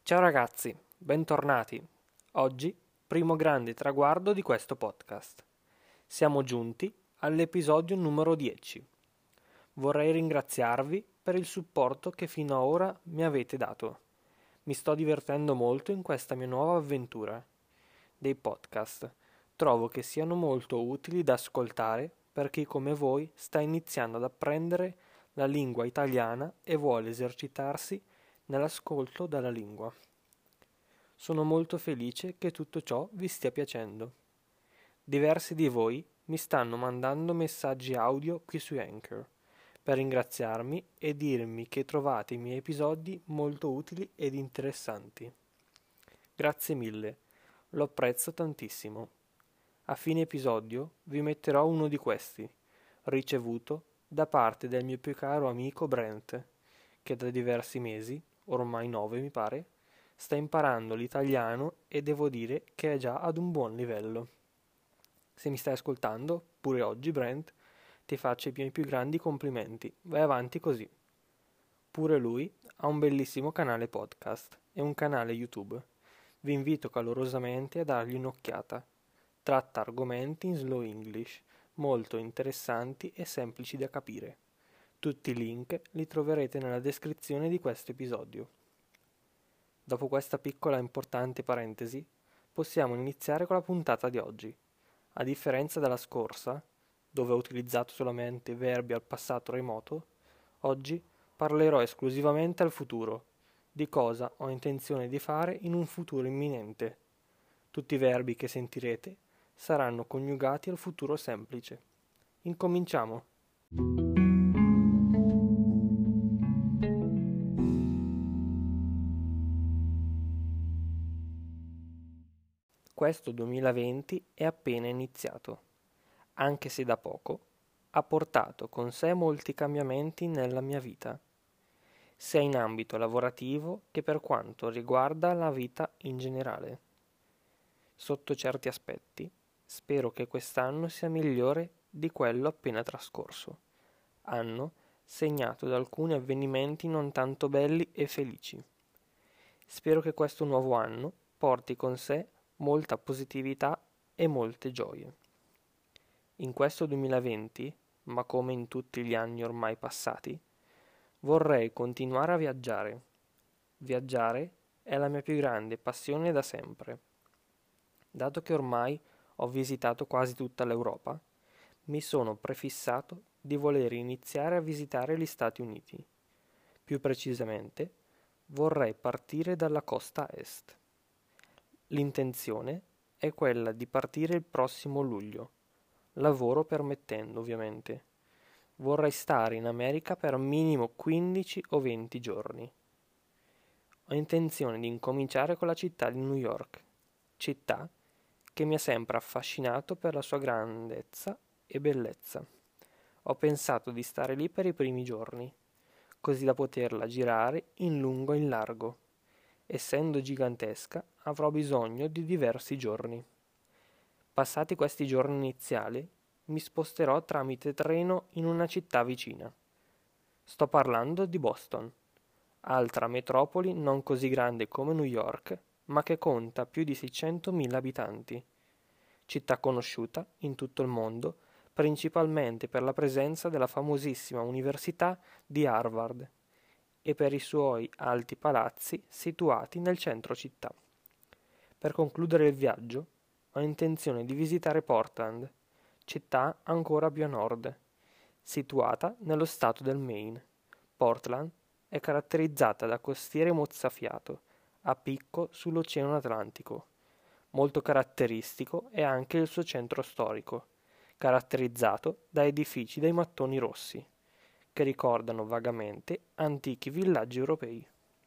Ciao ragazzi, bentornati. Oggi, primo grande traguardo di questo podcast. Siamo giunti all'episodio numero 10. Vorrei ringraziarvi per il supporto che fino ad ora mi avete dato. Mi sto divertendo molto in questa mia nuova avventura dei podcast. Trovo che siano molto utili da ascoltare per chi come voi sta iniziando ad apprendere la lingua italiana e vuole esercitarsi nell'ascolto della lingua. Sono molto felice che tutto ciò vi stia piacendo. Diversi di voi mi stanno mandando messaggi audio qui su Anchor per ringraziarmi e dirmi che trovate i miei episodi molto utili ed interessanti. Grazie mille, lo apprezzo tantissimo. A fine episodio vi metterò uno di questi, ricevuto da parte del mio più caro amico Brent, che da diversi mesi, ormai 9 mi pare, sta imparando l'italiano e devo dire che è già ad un buon livello. Se mi stai ascoltando, pure oggi Brent, ti faccio i miei più grandi complimenti, vai avanti così. Pure lui ha un bellissimo canale podcast e un canale YouTube. Vi invito calorosamente a dargli un'occhiata. Tratta argomenti in slow English, molto interessanti e semplici da capire. Tutti i link li troverete nella descrizione di questo episodio. Dopo questa piccola e importante parentesi, possiamo iniziare con la puntata di oggi. A differenza della scorsa, dove ho utilizzato solamente verbi al passato remoto, oggi parlerò esclusivamente al futuro, di cosa ho intenzione di fare in un futuro imminente. Tutti i verbi che sentirete saranno coniugati al futuro semplice. Incominciamo! Questo 2020 è appena iniziato, anche se da poco, ha portato con sé molti cambiamenti nella mia vita, sia in ambito lavorativo che per quanto riguarda la vita in generale. Sotto certi aspetti, spero che quest'anno sia migliore di quello appena trascorso, anno segnato da alcuni avvenimenti non tanto belli e felici. Spero che questo nuovo anno porti con sé molta positività e molte gioie. In questo 2020, ma come in tutti gli anni ormai passati, vorrei continuare a viaggiare. Viaggiare è la mia più grande passione da sempre. Dato che ormai ho visitato quasi tutta l'Europa, mi sono prefissato di voler iniziare a visitare gli Stati Uniti. Più precisamente, vorrei partire dalla costa est. L'intenzione è quella di partire il prossimo luglio, lavoro permettendo ovviamente. Vorrei stare in America per minimo 15 o 20 giorni. Ho intenzione di incominciare con la città di New York, città che mi ha sempre affascinato per la sua grandezza e bellezza. Ho pensato di stare lì per i primi giorni, così da poterla girare in lungo e in largo. Essendo gigantesca, avrò bisogno di diversi giorni. Passati questi giorni iniziali, mi sposterò tramite treno in una città vicina. Sto parlando di Boston, altra metropoli non così grande come New York, ma che conta più di 600.000 abitanti. Città conosciuta in tutto il mondo, principalmente per la presenza della famosissima Università di Harvard e per i suoi alti palazzi situati nel centro città. Per concludere il viaggio, ho intenzione di visitare Portland, città ancora più a nord, situata nello stato del Maine. Portland è caratterizzata da costiere mozzafiato, a picco sull'Oceano Atlantico. Molto caratteristico è anche il suo centro storico, caratterizzato da edifici dai mattoni rossi, che ricordano vagamente antichi villaggi europei.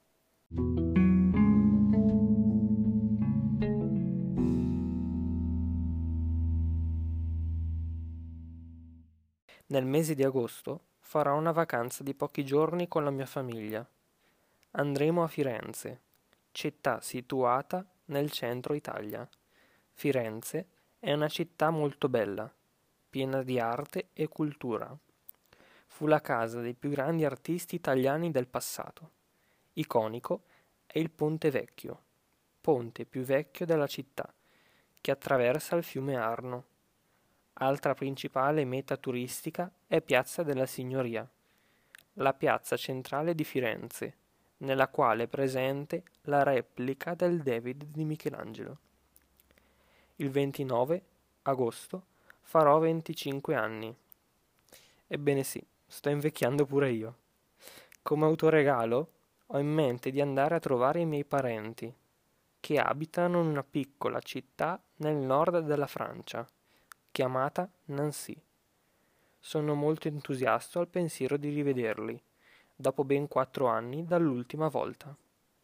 Nel mese di agosto farò una vacanza di pochi giorni con la mia famiglia. Andremo a Firenze, città situata nel centro Italia. Firenze è una città molto bella, piena di arte e cultura. Fu la casa dei più grandi artisti italiani del passato. Iconico è il Ponte Vecchio, ponte più vecchio della città, che attraversa il fiume Arno. Altra principale meta turistica è Piazza della Signoria, la piazza centrale di Firenze, nella quale è presente la replica del David di Michelangelo. Il 29 agosto farò 25 anni. Ebbene sì, sto invecchiando pure io. Come autoregalo ho in mente di andare a trovare i miei parenti, che abitano in una piccola città nel nord della Francia, chiamata Nancy. Sono molto entusiasta al pensiero di rivederli, dopo ben 4 anni dall'ultima volta.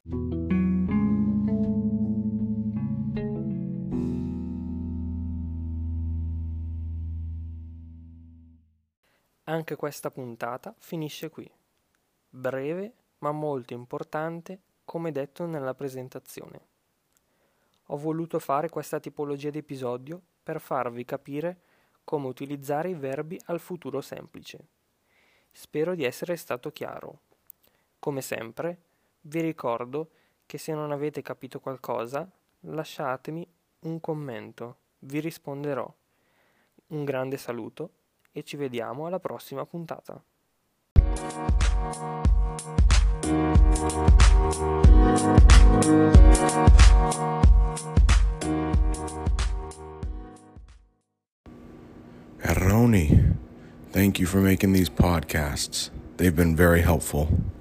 Anche questa puntata finisce qui. Breve ma molto importante, come detto nella presentazione. Ho voluto fare questa tipologia di episodio per farvi capire come utilizzare i verbi al futuro semplice. Spero di essere stato chiaro. Come sempre, vi ricordo che se non avete capito qualcosa, lasciatemi un commento, vi risponderò. Un grande saluto e ci vediamo alla prossima puntata. Aroni, thank you for making these podcasts. They've been very helpful.